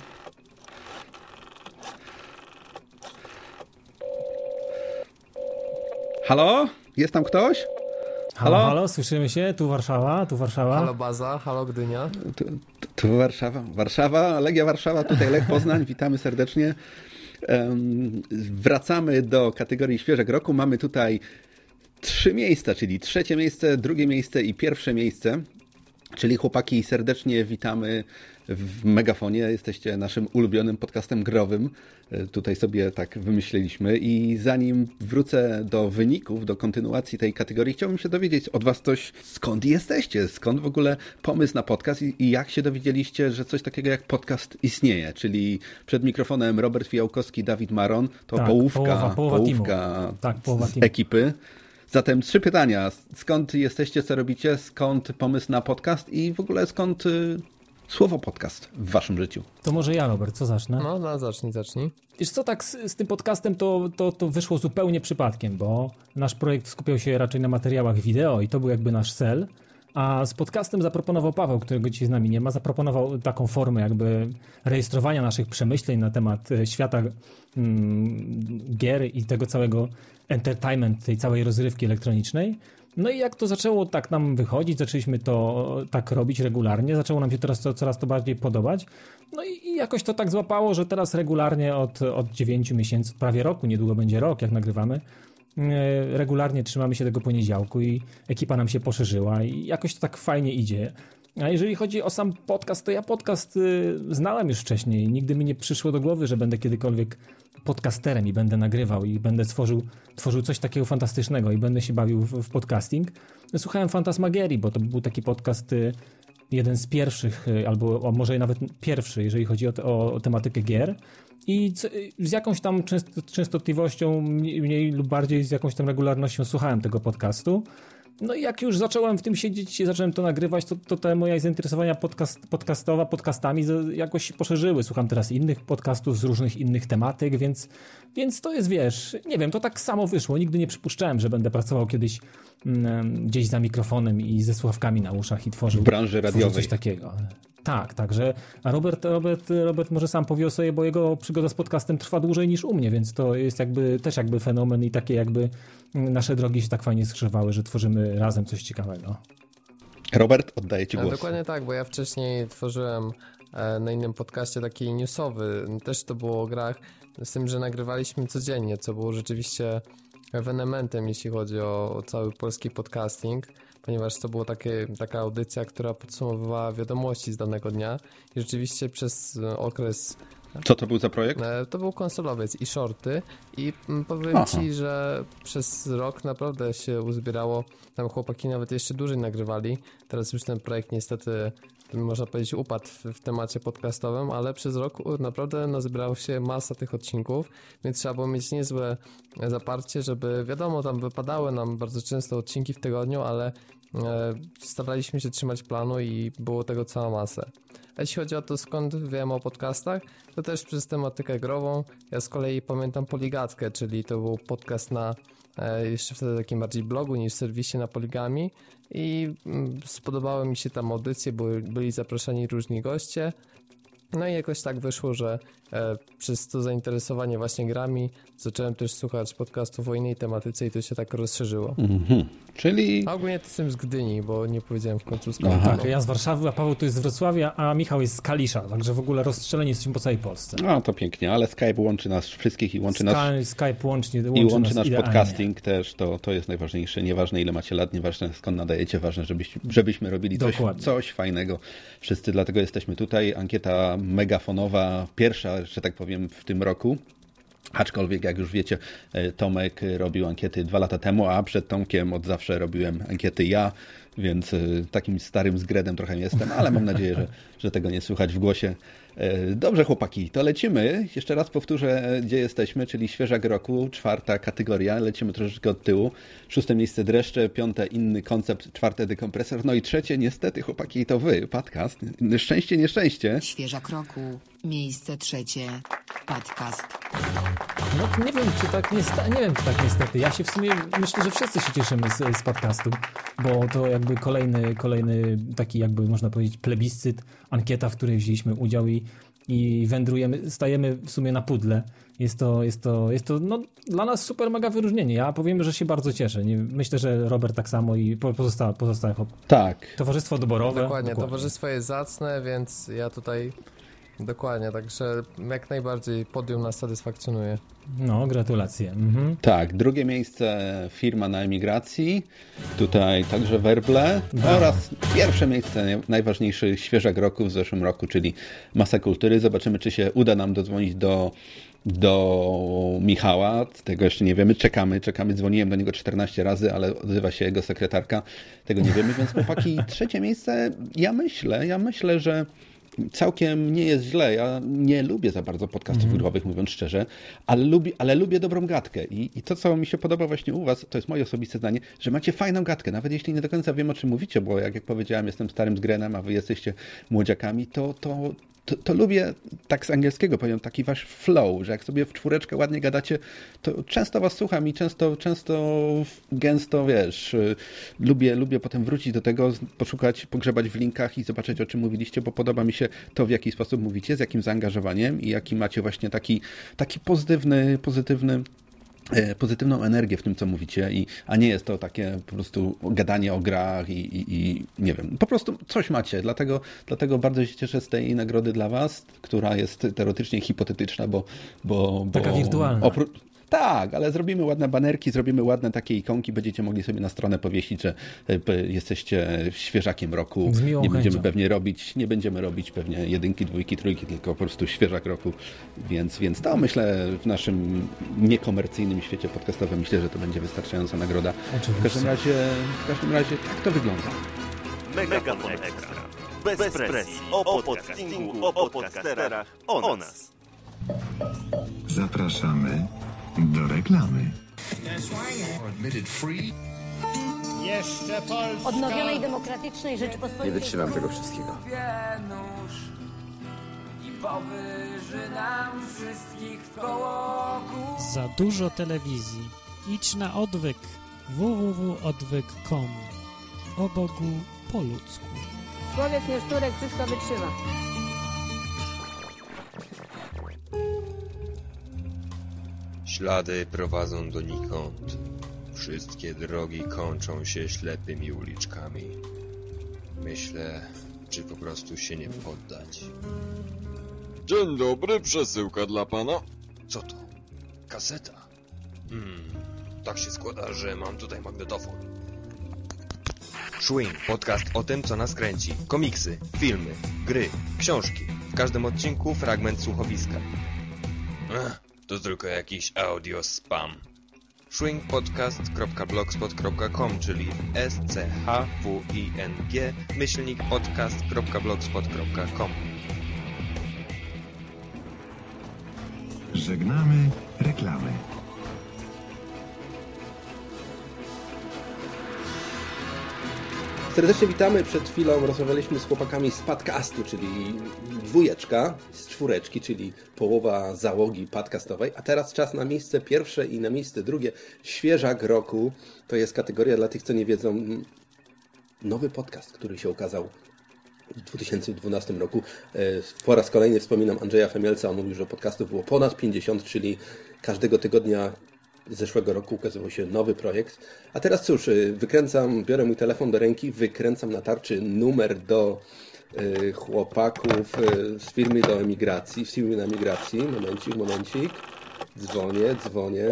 Halo? Jest tam ktoś? Halo? Halo, halo, słyszymy się? Tu Warszawa, tu Warszawa. Halo Baza, halo Gdynia. Tu, tu, tu Warszawa, Warszawa, Legia Warszawa, tutaj Lech Poznań, witamy serdecznie. Um, wracamy do kategorii świeżek roku. Mamy tutaj trzy miejsca, czyli trzecie miejsce, drugie miejsce i pierwsze miejsce. Czyli chłopaki, serdecznie witamy w Megafonie. Jesteście naszym ulubionym podcastem growym. Tutaj sobie tak wymyśliliśmy. I zanim wrócę do wyników, do kontynuacji tej kategorii, chciałbym się dowiedzieć od was coś, skąd jesteście? Skąd w ogóle pomysł na podcast i, i jak się dowiedzieliście, że coś takiego jak podcast istnieje? Czyli przed mikrofonem Robert Fijałkowski, Dawid Maron, to tak, połówka, połowa, połowa, połówka tak, połowa z ekipy. Zatem trzy pytania. Skąd jesteście, co robicie? Skąd pomysł na podcast? I w ogóle skąd y, słowo podcast w waszym życiu? To może ja, Robert, co zacznę? No, no zacznij, zacznij. Wiesz co, tak z, z tym podcastem to, to, to wyszło zupełnie przypadkiem, bo nasz projekt skupiał się raczej na materiałach wideo i to był jakby nasz cel. A z podcastem zaproponował Paweł, którego dzisiaj z nami nie ma, zaproponował taką formę jakby rejestrowania naszych przemyśleń na temat świata mm, gier i tego całego entertainment, tej całej rozrywki elektronicznej. No i jak to zaczęło tak nam wychodzić, zaczęliśmy to tak robić regularnie, zaczęło nam się teraz to, coraz to bardziej podobać. No i, i jakoś to tak złapało, że teraz regularnie od, od dziewięciu miesięcy, prawie roku, niedługo będzie rok, jak nagrywamy, regularnie trzymamy się tego poniedziałku i ekipa nam się poszerzyła i jakoś to tak fajnie idzie. A jeżeli chodzi o sam podcast, to ja podcast y, znałem już wcześniej. Nigdy mi nie przyszło do głowy, że będę kiedykolwiek podcasterem i będę nagrywał i będę tworzył, tworzył coś takiego fantastycznego i będę się bawił w, w podcasting. Słuchałem Fantasmagierii, bo to był taki podcast, y, jeden z pierwszych, y, albo może nawet pierwszy, jeżeli chodzi o, te, o tematykę gier. I z, z jakąś tam częstotliwością, mniej lub bardziej z jakąś tam regularnością słuchałem tego podcastu. No i jak już zacząłem w tym siedzieć i zacząłem to nagrywać, to, to te moje zainteresowania podcast, podcastowa, podcastami jakoś się poszerzyły. Słucham teraz innych podcastów z różnych innych tematyk, więc, więc to jest, wiesz, nie wiem, to tak samo wyszło. Nigdy nie przypuszczałem, że będę pracował kiedyś mm, gdzieś za mikrofonem i ze słuchawkami na uszach i tworzył, w branży radiowej. coś takiego. Tak, tak, że a Robert, Robert, Robert może sam powie o sobie, bo jego przygoda z podcastem trwa dłużej niż u mnie, więc to jest jakby też jakby fenomen i takie jakby nasze drogi się tak fajnie skrzyżowały, że tworzymy razem coś ciekawego. Robert, oddaję Ci głos. Dokładnie tak, bo ja wcześniej tworzyłem na innym podcaście taki newsowy, też to było o grach, z tym, że nagrywaliśmy codziennie, co było rzeczywiście ewenementem, jeśli chodzi o, o cały polski podcasting, ponieważ to była takie, taka audycja, która podsumowywała wiadomości z danego dnia i rzeczywiście przez okres... Co to był za projekt? To był konsolowiec i shorty i powiem Aha. Ci, że przez rok naprawdę się uzbierało, tam chłopaki nawet jeszcze dłużej nagrywali, teraz już ten projekt niestety, można powiedzieć, upadł w, w temacie podcastowym, ale przez rok naprawdę nazbierało się masa tych odcinków, więc trzeba było mieć niezłe zaparcie, żeby, wiadomo, tam wypadały nam bardzo często odcinki w tygodniu, ale e, staraliśmy się trzymać planu i było tego cała masa. A jeśli chodzi o to, skąd wiem o podcastach, to też przez tematykę grową. Ja z kolei pamiętam Poligatkę, czyli to był podcast na e, jeszcze wtedy takim bardziej blogu niż serwisie na Poligami i mm, spodobały mi się tam audycje, były, byli zaproszeni różni goście. No i jakoś tak wyszło, że e, przez to zainteresowanie właśnie grami zacząłem też słuchać podcastów o innej tematyce i to się tak rozszerzyło. Mhm. Czyli... A ogólnie to jestem z Gdyni, bo nie powiedziałem w końcu skąd. Tak, ja z Warszawy, a Paweł to jest z Wrocławia, a Michał jest z Kalisza, także w ogóle rozstrzeleni jesteśmy po całej Polsce. No to pięknie, ale Skype łączy nas wszystkich i łączy Sky, nas... Skype łącznie, łączy i łączy nas nasz podcasting też, to, to jest najważniejsze. Nieważne ile macie lat, nieważne skąd nadajecie, ważne żebyś, żebyśmy robili coś, coś fajnego. Wszyscy dlatego jesteśmy tutaj. Ankieta megafonowa, pierwsza, że tak powiem, w tym roku. Aczkolwiek, jak już wiecie, Tomek robił ankiety dwa lata temu, a przed Tomkiem od zawsze robiłem ankiety ja, więc takim starym zgredem trochę jestem, ale mam nadzieję, że, że tego nie słychać w głosie. Dobrze, chłopaki, to lecimy. Jeszcze raz powtórzę, gdzie jesteśmy, czyli świeżak roku, czwarta kategoria, lecimy troszeczkę od tyłu. Szóste miejsce dreszcze, piąte inny koncept, czwarte dekompresor, no i trzecie niestety, chłopaki, to wy, podcast. Szczęście, nieszczęście. Świeżak roku, miejsce trzecie, podcast. No nie wiem, czy tak niestety, nie wiem, czy tak niestety. Ja się w sumie myślę, że wszyscy się cieszymy z, z podcastu, bo to jakby kolejny, kolejny taki jakby można powiedzieć plebiscyt, ankieta, w której wzięliśmy udział i, i wędrujemy, stajemy w sumie na pudle. Jest to, jest to, jest to no, dla nas super mega wyróżnienie. Ja powiem, że się bardzo cieszę. Nie, myślę, że Robert tak samo i pozostałe, pozostałe tak. Towarzystwo doborowe. Dokładnie, dokładnie, towarzystwo jest zacne, więc ja tutaj dokładnie, także jak najbardziej podium nas satysfakcjonuje. No, gratulacje. Mhm. Tak, drugie miejsce firma na emigracji, tutaj także werble oraz pierwsze miejsce najważniejszy świeżak roku w zeszłym roku, czyli Masa Kultury. Zobaczymy, czy się uda nam dodzwonić do do Michała, tego jeszcze nie wiemy, czekamy, czekamy, dzwoniłem do niego czternaście razy, ale odzywa się jego sekretarka, tego nie wiemy, więc chłopaki, trzecie miejsce, ja myślę, ja myślę, że całkiem nie jest źle. Ja nie lubię za bardzo podcastów mm. growych, mówiąc szczerze, ale lubię, ale lubię dobrą gadkę. I, I to, co mi się podoba właśnie u was, to jest moje osobiste zdanie, że macie fajną gadkę. Nawet jeśli nie do końca wiem, o czym mówicie, bo jak, jak powiedziałem, jestem starym zgrenem, a wy jesteście młodziakami, to, to, to, to lubię, tak z angielskiego powiem, taki wasz flow, że jak sobie w czwóreczkę ładnie gadacie, to często was słucham i często, często gęsto, wiesz, lubię, lubię potem wrócić do tego, poszukać, pogrzebać w linkach i zobaczyć, o czym mówiliście, bo podoba mi się to, w jaki sposób mówicie, z jakim zaangażowaniem i jaki macie właśnie taki, taki pozytywny, pozytywny pozytywną energię w tym, co mówicie, i, a nie jest to takie po prostu gadanie o grach i, i, i nie wiem, po prostu coś macie, dlatego, dlatego bardzo się cieszę z tej nagrody dla was, która jest teoretycznie hipotetyczna, bo... bo Taka bo wirtualna. Opró- Tak, ale zrobimy ładne banerki, zrobimy ładne takie ikonki, będziecie mogli sobie na stronę powiesić, że jesteście świeżakiem roku. Z miłą nie będziemy chęcią. pewnie robić, nie będziemy robić pewnie jedynki, dwójki, trójki, tylko po prostu świeżak roku. Więc, więc to myślę w naszym niekomercyjnym świecie podcastowym myślę, że to będzie wystarczająca nagroda. Oczywiście. W każdym razie, w każdym razie tak to wygląda. Megafon Ekstra. Bez, Bez presji. O podcastingu, o podcasterach, o nas. Zapraszamy do reklamy. Jeszcze Polska. Odnowionej demokratycznej Rzeczypospolitej. Nie wytrzymam tego wszystkiego. I powyży nam wszystkich w koło. Za dużo telewizji. Idź na odwyk. w w w kropka odwyk kropka com. O Bogu po ludzku. Człowiek nie szturek, wszystko wytrzyma. Ślady prowadzą donikąd. Wszystkie drogi kończą się ślepymi uliczkami. Myślę, czy po prostu się nie poddać. Dzień dobry, przesyłka dla pana. Co to? Kaseta? Hmm, tak się składa, że mam tutaj magnetofon. Swing, podcast o tym, co nas kręci. Komiksy, filmy, gry, książki. W każdym odcinku fragment słuchowiska. Ech, to tylko jakiś audio spam. swingpodcast kropka blogspot kropka com, czyli s c h w i n g myślnik podcast kropka blogspot kropka com. Żegnamy reklamy. Serdecznie witamy. Przed chwilą rozmawialiśmy z chłopakami z podcastu, czyli dwójeczka z czwóreczki, czyli połowa załogi podcastowej. A teraz czas na miejsce pierwsze i na miejsce drugie. Świeżak roku. To jest kategoria dla tych, co nie wiedzą. Nowy podcast, który się ukazał w dwa tysiące dwunastym roku. Po raz kolejny wspominam Andrzeja Femielca. On mówił, że podcastów było ponad pięćdziesiąt, czyli każdego tygodnia zeszłego roku ukazywał się nowy projekt. A teraz cóż, wykręcam, biorę mój telefon do ręki, wykręcam na tarczy numer do y, chłopaków y, z firmy do emigracji, z firmy na emigracji. Momencik, momencik. Dzwonię, dzwonię.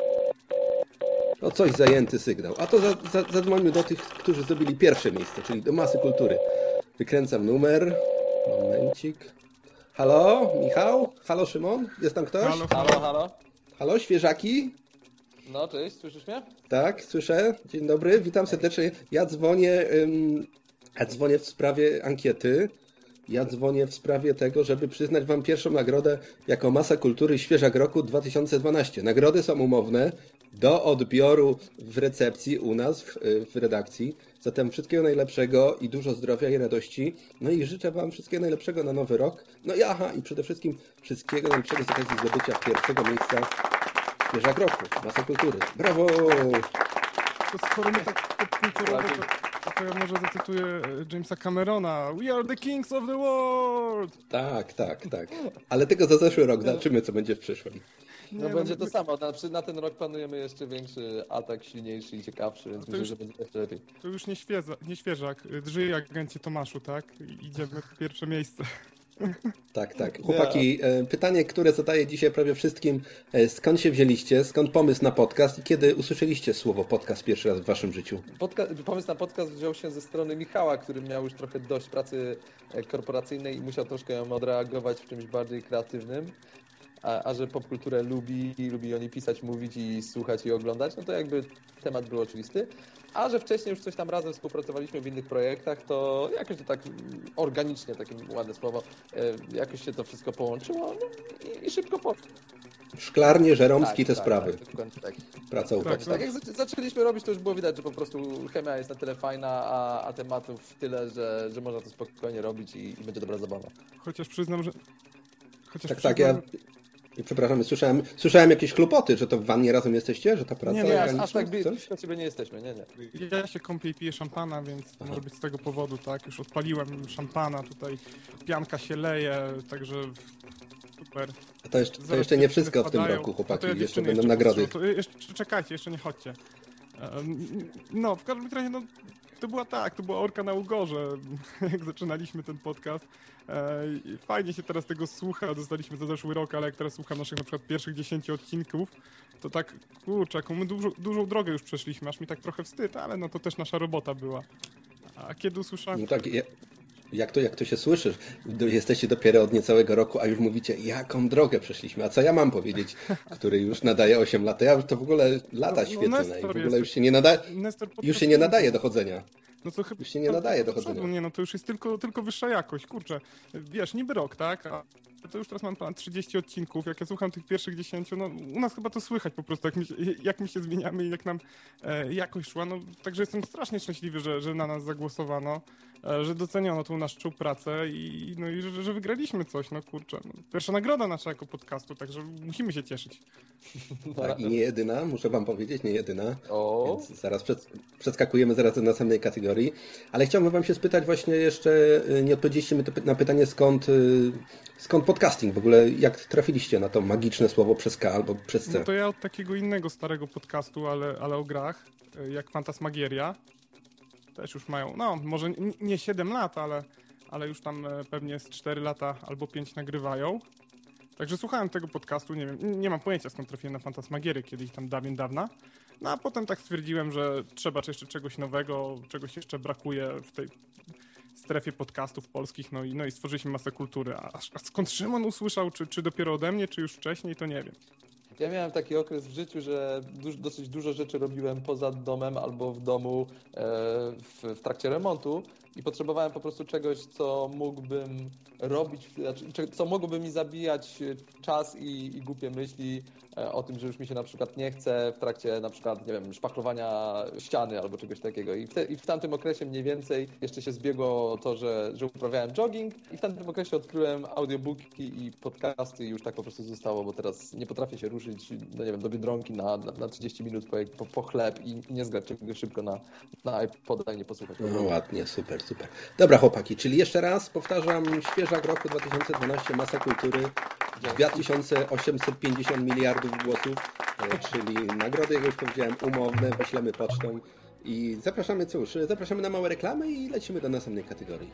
No coś zajęty sygnał. A to za, za, zadzwonimy do tych, którzy zdobyli pierwsze miejsce, czyli do Masy Kultury. Wykręcam numer. Momencik. Halo, Michał? Halo, Szymon? Jest tam ktoś? Halo, halo. Halo, Halo, świeżaki? No, cześć, słyszysz mnie? Tak, słyszę. Dzień dobry, witam serdecznie. Ja dzwonię, ym, ja dzwonię w sprawie ankiety. Ja dzwonię w sprawie tego, żeby przyznać wam pierwszą nagrodę jako Masa Kultury Świeżak Roku dwa tysiące dwanaście. Nagrody są umowne do odbioru w recepcji u nas, w, w redakcji. Zatem wszystkiego najlepszego i dużo zdrowia i radości. No i życzę wam wszystkiego najlepszego na nowy rok. No i aha, i przede wszystkim wszystkiego najlepszego z okazji zdobycia pierwszego miejsca Świeżak Roku, Masa Kultury. Brawo! To skoro my tak popkulturowo, to, to ja może zacytuję Jamesa Camerona. We are the kings of the world! Tak, tak, tak. Ale tylko za zeszły rok zobaczymy, co będzie w przyszłym. No nie, będzie no, to samo. Na, na ten rok planujemy jeszcze większy atak, silniejszy i ciekawszy, więc myślę, już, że będzie jeszcze lepiej. To już nie, świeża, nie świeżak. Drżyj agencie Tomaszu, tak? Idziemy w pierwsze miejsce. Tak, tak. Chłopaki, yeah. Pytanie, które zadaję dzisiaj prawie wszystkim. Skąd się wzięliście? Skąd pomysł na podcast? I kiedy usłyszeliście słowo podcast pierwszy raz w waszym życiu? Podca- pomysł na podcast wziął się ze strony Michała, który miał już trochę dość pracy korporacyjnej i musiał troszkę ją odreagować w czymś bardziej kreatywnym. A, a że popkulturę lubi, lubi o niej pisać, mówić i słuchać i oglądać, no to jakby temat był oczywisty. A że wcześniej już coś tam razem współpracowaliśmy w innych projektach, to jakoś to tak organicznie, takie ładne słowo, jakoś się to wszystko połączyło no i, i szybko poszło. Szklarnie, Żeromski, tak, te tak, sprawy. Tak, tak. Praca u tak, tak jak zaczęliśmy robić, to już było widać, że po prostu chemia jest na tyle fajna, a, a tematów tyle, że, że można to spokojnie robić i, i będzie dobra zabawa. Chociaż przyznam, że... Chociaż tak, przyznam... tak, ja... Przepraszam, słyszałem, słyszałem jakieś chlupoty, że to w wannie razem jesteście, że ta praca... Nie, nie, aż, aż tak blisko ciebie nie jesteśmy, nie, nie. Ja się kąpię i piję szampana, więc to może być z tego powodu, tak? Już odpaliłem szampana, tutaj pianka się leje, także super. A to jeszcze, to jeszcze nie wszystko w tym roku, chłopaki, ja jeszcze będą jeszcze nagrody. To jeszcze, czekajcie, jeszcze nie chodźcie. No, w każdym razie, no, to była tak, to była orka na ugorze, jak zaczynaliśmy ten podcast. Fajnie się teraz tego słucha, dostaliśmy za zeszły rok, ale jak teraz słucham naszych na przykład pierwszych dziesięciu odcinków to tak, kurczę, jaką my dużo, dużą drogę już przeszliśmy, aż mi tak trochę wstyd, ale no to też nasza robota była. A kiedy usłyszałem... No tak, ja, jak, to, jak to się słyszy? Jesteście dopiero od niecałego roku, a już mówicie, jaką drogę przeszliśmy. A co ja mam powiedzieć, który już nadaje osiem lat? Ja już to w ogóle lata no, świetlne no i w ogóle jest, już się nie nadaje, już się nie nadaje do chodzenia. No to chyba już się nie nadaje do chodzenia. Nie, no to już jest tylko, tylko wyższa jakość, kurczę. Wiesz, niby rok, tak? A to już teraz mam ponad trzydzieści odcinków. Jak ja słucham tych pierwszych dziesięciu, no u nas chyba to słychać po prostu, jak my się, jak my się zmieniamy i jak nam e, jakość szła. No także jestem strasznie szczęśliwy, że, że na nas zagłosowano, e, że doceniono tą naszą pracę i, no, i że, że wygraliśmy coś, no kurczę. No, pierwsza nagroda nasza jako podcastu, także musimy się cieszyć. Tak, i nie jedyna, muszę wam powiedzieć, nie jedyna. O. Więc zaraz przed, przedskakujemy zaraz do następnej kategorii. Ale chciałbym wam się spytać właśnie jeszcze, nie odpowiedzieliście mi na pytanie, skąd, skąd podcasting? W ogóle jak trafiliście na to magiczne słowo przez K albo przez C? No to ja od takiego innego starego podcastu, ale, ale o grach, jak Fantasmagieria. Też już mają, no może nie siedem lat, ale, ale już tam pewnie z cztery lata albo pięć nagrywają. Także słuchałem tego podcastu, nie wiem, nie mam pojęcia skąd trafiłem na Fantasmagierię kiedyś tam dawien dawna. No a potem tak stwierdziłem, że trzeba jeszcze czegoś nowego, czegoś jeszcze brakuje w tej strefie podcastów polskich, no i, no i stworzyliśmy masę kultury. A, a skąd Szymon usłyszał, czy, czy dopiero ode mnie, czy już wcześniej, to nie wiem. Ja miałem taki okres w życiu, że du- dosyć dużo rzeczy robiłem poza domem albo w domu e, w, w trakcie remontu i potrzebowałem po prostu czegoś, co mógłbym robić, znaczy, co mogłoby mi zabijać czas i, i głupie myśli e, o tym, że już mi się na przykład nie chce w trakcie na przykład, nie wiem, szpachlowania ściany albo czegoś takiego. I w, te, i w tamtym okresie mniej więcej jeszcze się zbiegło to, że, że uprawiałem jogging i w tamtym okresie odkryłem audiobooki i podcasty i już tak po prostu zostało, bo teraz nie potrafię się ruszyć, no nie wiem, do Biedronki na, na, na trzydzieści minut po, po, po chleb i, i nie zgrać czegoś szybko na, na iPoda i nie posłuchać. No ładnie, super, super. Dobra chłopaki, czyli jeszcze raz powtarzam, świeżak roku dwa tysiące dwunasty, masa kultury, dwa tysiące osiemset pięćdziesiąt miliardów głosów, czyli nagrody, jak już powiedziałem, umowne, wyślemy pocztą i zapraszamy, cóż, zapraszamy na małe reklamy i lecimy do następnej kategorii.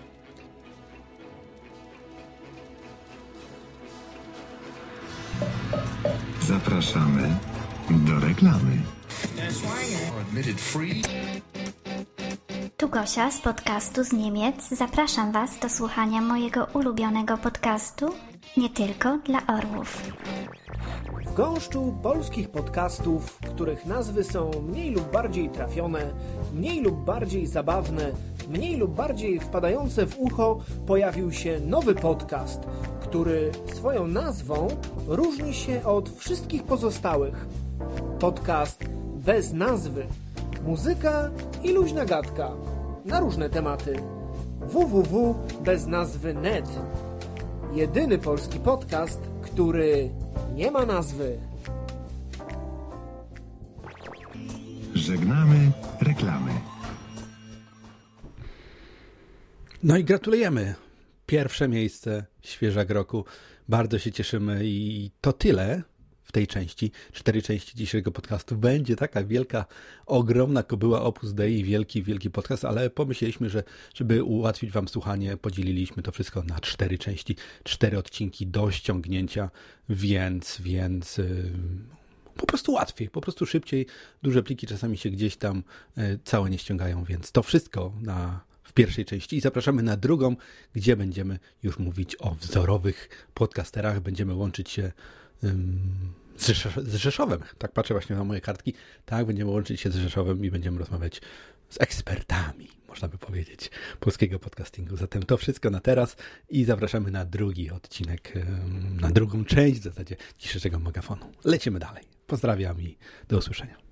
Zapraszamy do reklamy. Tu Gosia z podcastu z Niemiec. Zapraszam Was do słuchania mojego ulubionego podcastu Nie tylko dla orłów. W gąszczu polskich podcastów, których nazwy są mniej lub bardziej trafione, mniej lub bardziej zabawne, mniej lub bardziej wpadające w ucho, pojawił się nowy podcast, który swoją nazwą różni się od wszystkich pozostałych. Podcast bez nazwy. Muzyka i luźna gadka na różne tematy. www bez nazwy kropka net. Jedyny polski podcast, który nie ma nazwy. Żegnamy reklamy. No i gratulujemy. Pierwsze miejsce, świeżak roku. Bardzo się cieszymy i to tyle w tej części. Cztery części dzisiejszego podcastu. Będzie taka wielka, ogromna kobyła Opus Dei, wielki, wielki podcast, ale pomyśleliśmy, że żeby ułatwić wam słuchanie, podzieliliśmy to wszystko na cztery części, cztery odcinki do ściągnięcia, więc, więc yy, po prostu łatwiej, po prostu szybciej. Duże pliki czasami się gdzieś tam yy, całe nie ściągają, więc to wszystko na w pierwszej części i zapraszamy na drugą, gdzie będziemy już mówić o wzorowych podcasterach, będziemy łączyć się Z, Rzesz- z Rzeszowem. Tak patrzę właśnie na moje kartki. Tak, będziemy łączyć się z Rzeszowem i będziemy rozmawiać z ekspertami, można by powiedzieć, polskiego podcastingu. Zatem to wszystko na teraz i zapraszamy na drugi odcinek, na drugą część w zasadzie dzisiejszego Megafonu. Lecimy dalej. Pozdrawiam i do usłyszenia.